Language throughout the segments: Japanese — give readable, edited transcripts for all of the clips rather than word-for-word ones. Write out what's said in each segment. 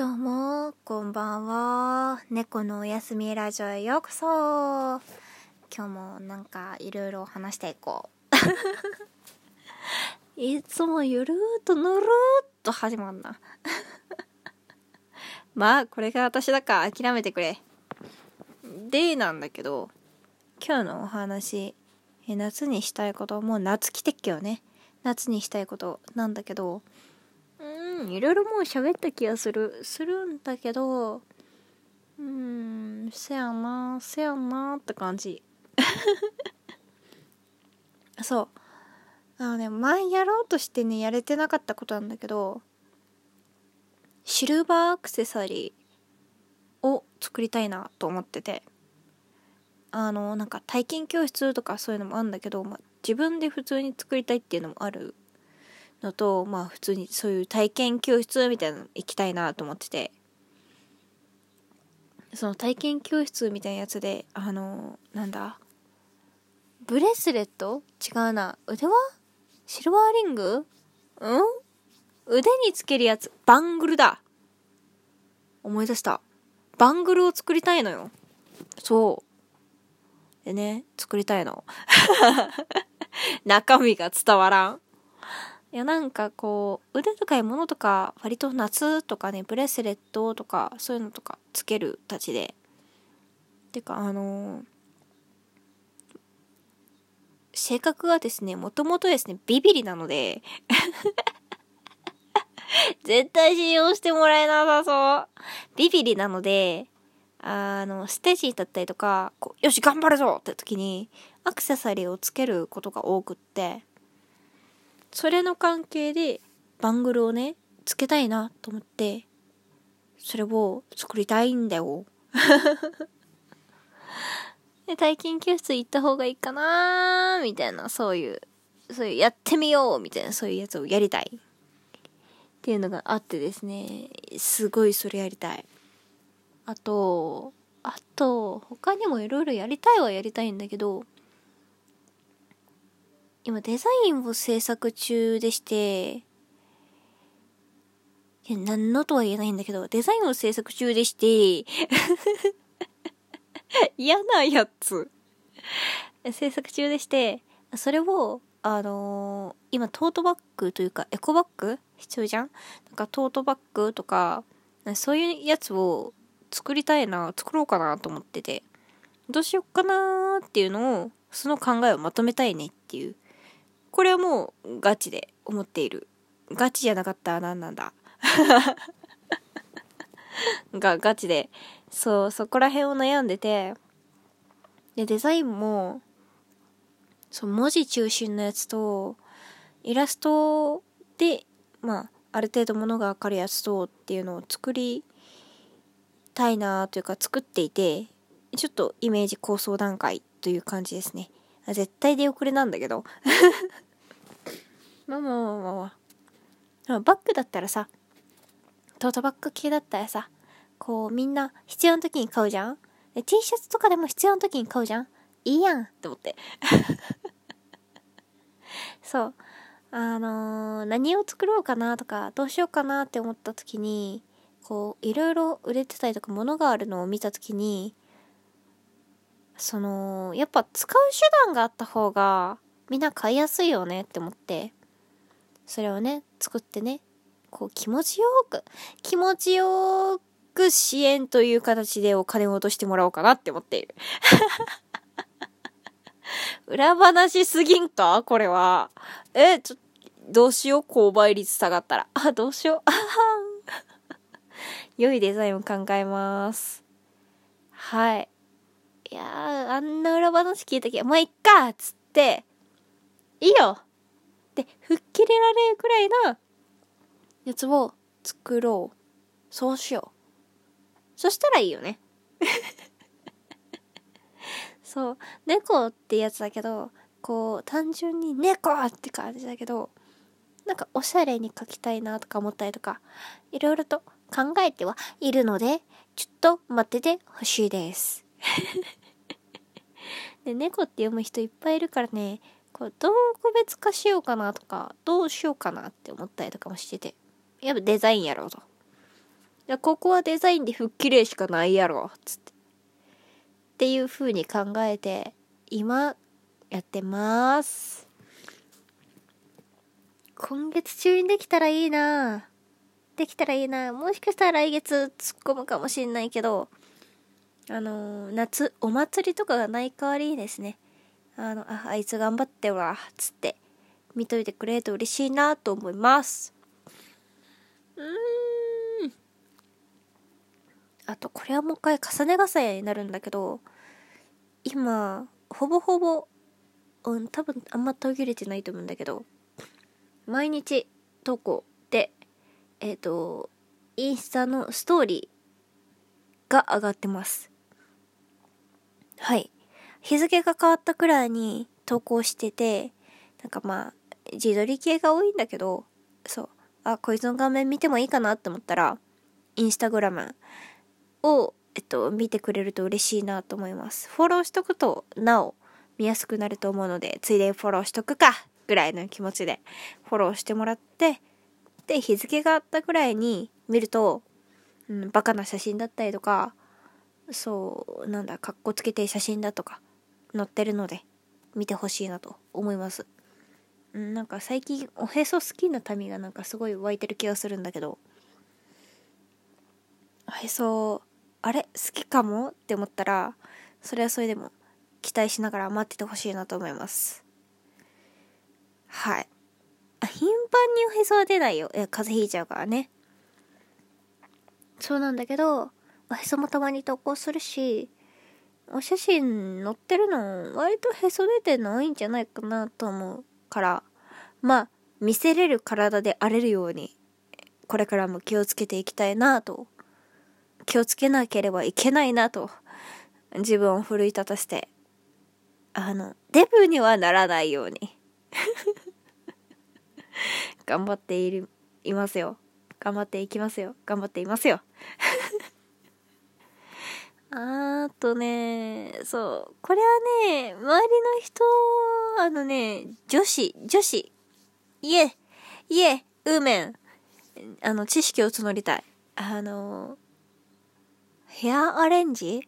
どうもこんばんは。猫のおやすみラジオへようこそ。今日もなんかいろいろ話していこう。いつもゆるーっとぬるーっと始まんな。まあこれが私だから諦めてくれ。でなんだけど、今日のお話、夏にしたいこと、もう夏来てっけどね、夏にしたいことなんだけど、いろいろもう喋った気がするんだけど、せやなって感じ。そう。前やろうとしてね、やれてなかったことなんだけど、シルバーアクセサリーを作りたいなと思ってて、なんか体験教室とかそういうのもあるんだけど、自分で普通に作りたいっていうのもあるのと、普通にそういう体験教室みたいなの行きたいなと思ってて、その体験教室みたいなやつで、なんだ、ブレスレット？違うな。腕輪？シルバーリング？腕につけるやつ。バングルだ。思い出した。バングルを作りたいのよ。そう。でね、作りたいの。中身が伝わらん。いや、なんかこう、腕とか物とか、割と夏とかね、ブレスレットとか、そういうのとかつけるたちで。てか、性格がですね、もともとですね、ビビリなので、絶対信用してもらえなさそう。ビビリなので、ステージだったりとか、よし、頑張るぞって時に、アクセサリーをつけることが多くって、それの関係で、バングルをね、つけたいなと思って、それを作りたいんだよ。で、体験教室行った方がいいかなーみたいな、そういうやってみようみたいな、そういうやつをやりたいっていうのがあってですね、すごいそれやりたい。あと他にもいろいろやりたいんだけど、今デザインを制作中でして、何のとは言えないんだけど、デザインを制作中でして嫌なやつ制作中でして、それを今トートバッグというかエコバッグ必要じゃん。なんかトートバッグとかそういうやつを作ろうかなと思ってて、どうしよっかなーっていうのを、その考えをまとめたいねっていう、これはもうガチで思っている。ガチじゃなかったら何なんだガチでそこら辺を悩んでて、でデザインも文字中心のやつとイラストである程度物がわかるやつとっていうのを作りたいなというか、作っていて、ちょっとイメージ構想段階という感じですね。絶対出遅れなんだけどバッグだったらさ、トートバッグ系だったらさ、みんな必要な時に買うじゃん。で T シャツとかでも必要な時に買うじゃん。いいやんって思ってそう、何を作ろうかなとか、どうしようかなって思った時に、いろいろ売れてたりとか物があるのを見た時に、やっぱ使う手段があった方がみんな買いやすいよねって思って、それをね作ってね、気持ちよく支援という形でお金を落としてもらおうかなって思っている裏話すぎんかこれは。どうしよう、購買率下がったら。どうしよう。良いデザインを考えます。はい。いやー、あんな裏話聞いたきゃ、まあ、いっかっつって、いいよで、吹っ切れられるくらいなやつを作ろう。そうしよう。そしたらいいよね。そう。猫ってやつだけど、単純に猫って感じだけど、なんかおしゃれに描きたいなとか思ったりとか、いろいろと考えてはいるので、ちょっと待っててほしいです。で、猫って読む人いっぱいいるからね、どう区別化しようかなとか、どうしようかなって思ったりとかもしてて。やっぱデザインやろうと。 やここはデザインで吹っ切れしかないやろつっていう風に考えて今やってます。今月中にできたらいいな。もしかしたら来月突っ込むかもしんないけど、夏お祭りとかがない代わりにですね、あいつ頑張ってわつって見といてくれると嬉しいなと思います。あとこれはもう一回重ね重ねになるんだけど、今ほぼほぼ、多分あんま途切れてないと思うんだけど、毎日投稿でインスタのストーリーが上がってます。はい、日付が変わったくらいに投稿してて、なんかまあ自撮り系が多いんだけど、そう、こいつの画面見てもいいかなって思ったらインスタグラムを見てくれると嬉しいなと思います。フォローしとくとなお見やすくなると思うので、ついでにフォローしとくかぐらいの気持ちでフォローしてもらって、で日付があったくらいに見ると、バカな写真だったりとか、そうなんだかっこつけて写真だとか載ってるので見てほしいなと思います。なんか最近おへそ好きな民がなんかすごい湧いてる気がするんだけど、おへそあれ好きかもって思ったら、それはそれでも期待しながら待っててほしいなと思います。はい。頻繁におへそは出ないよ。風邪ひいちゃうからね。そうなんだけど、おへそもたまに投稿するし、お写真載ってるの割とへそ出てないんじゃないかなと思うから、まあ見せれる体で荒れるようにこれからも気をつけていきたいなと、気をつけなければいけないなと自分を奮い立たせて、デブにはならないように頑張っていますよ。頑張っていますよあとね、そうこれはね、周りの人、女子いえウーメン、知識を募りたい。ヘアアレンジ、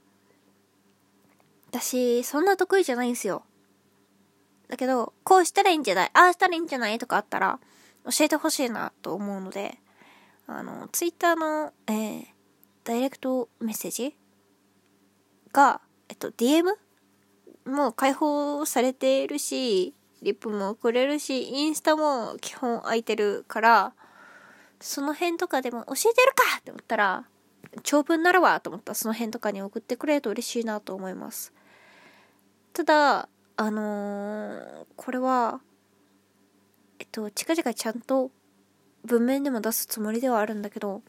私そんな得意じゃないんですよ。だけどこうしたらいいんじゃない、ああしたらいいんじゃないとかあったら教えてほしいなと思うので、ツイッターの、ダイレクトメッセージが、DM もう開放されているし、リップも送れるし、インスタも基本空いてるから、その辺とかでも教えてるかって思ったら、長文なるわと思ったらその辺とかに送ってくれると嬉しいなと思います。ただこれは近々ちゃんと文面でも出すつもりではあるんだけど、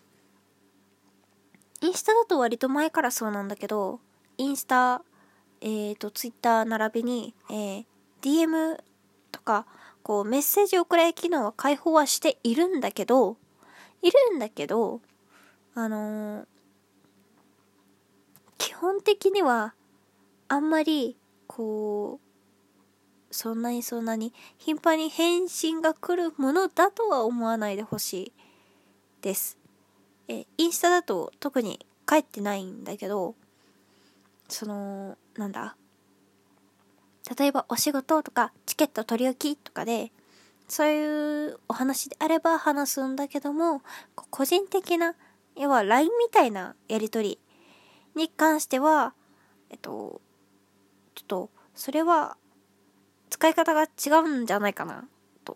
インスタだと割と前からそうなんだけど、インスタツイッター並びに、DM とかこうメッセージ送れ機能は開放はしているんだけど、基本的にはあんまりこうそんなに頻繁に返信が来るものだとは思わないでほしいです。インスタだと特に返ってないんだけど、例えばお仕事とかチケット取り置きとかでそういうお話であれば話すんだけども、個人的な要は LINE みたいなやり取りに関してはちょっとそれは使い方が違うんじゃないかなと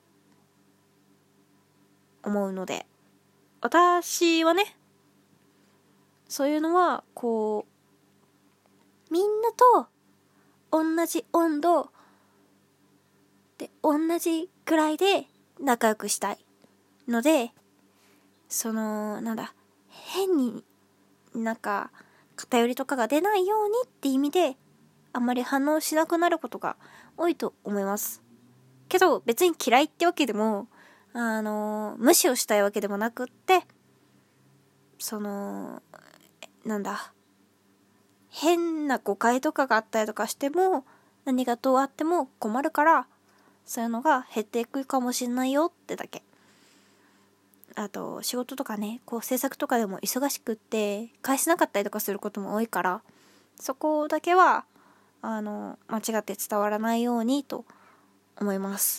思うので、私はね、そういうのはこうみんなと同じ温度で同じくらいで仲良くしたいので、変に偏りとかが出ないようにって意味であんまり反応しなくなることが多いと思いますけど、別に嫌いってわけでも無視をしたいわけでもなくって、変な誤解とかがあったりとかしても何がどうあっても困るから、そういうのが減っていくかもしれないよってだけ。 あと仕事とかね、こう制作とかでも忙しくって返せなかったりとかすることも多いから、そこだけは間違って伝わらないようにと思います。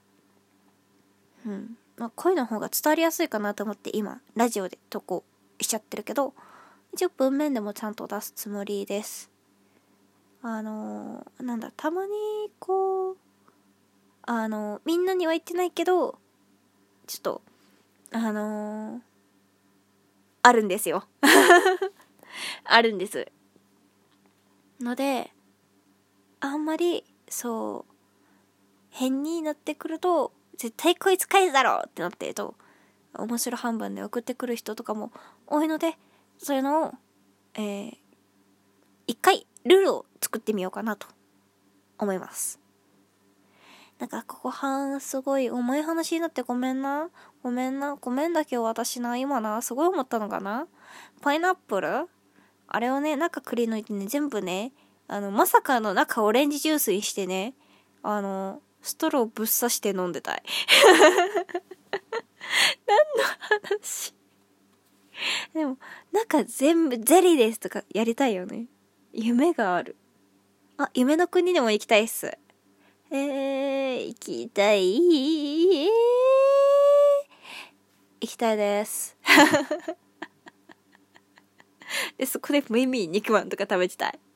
声の方が伝わりやすいかなと思って今ラジオで投稿しちゃってるけど、一応文面でもちゃんと出すつもりです。たまにこうみんなには言ってないけど、ちょっとあるんですよあるんですので、あんまりそう変になってくると、絶対こいつ返すだろってなってると面白半分で送ってくる人とかも多いので、そういうのを一回ルールを作ってみようかなと思います。なんかここすごい重い話になってごめんだけど、私今すごい思ったのかな。パイナップルあれをね、中くり抜いてね、全部ね、まさかの中オレンジジュースにしてね、ストローぶっ刺して飲んでたい何の話でも中全部ゼリーですとかやりたいよね。夢がある。夢の国でも行きたいっす。行きたい行きたいですでそこで無意味に肉まんとか食べてたい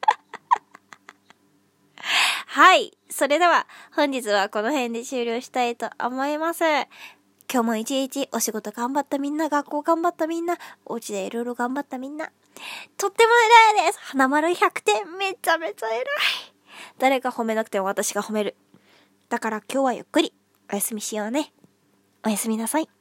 はい、それでは本日はこの辺で終了したいと思います。今日も一日お仕事頑張ったみんな、学校頑張ったみんな、お家でいろいろ頑張ったみんな、とっても偉いです。花丸100点、めちゃめちゃ偉い。誰か褒めなくても私が褒める。だから今日はゆっくりお休みしようね。おやすみなさい。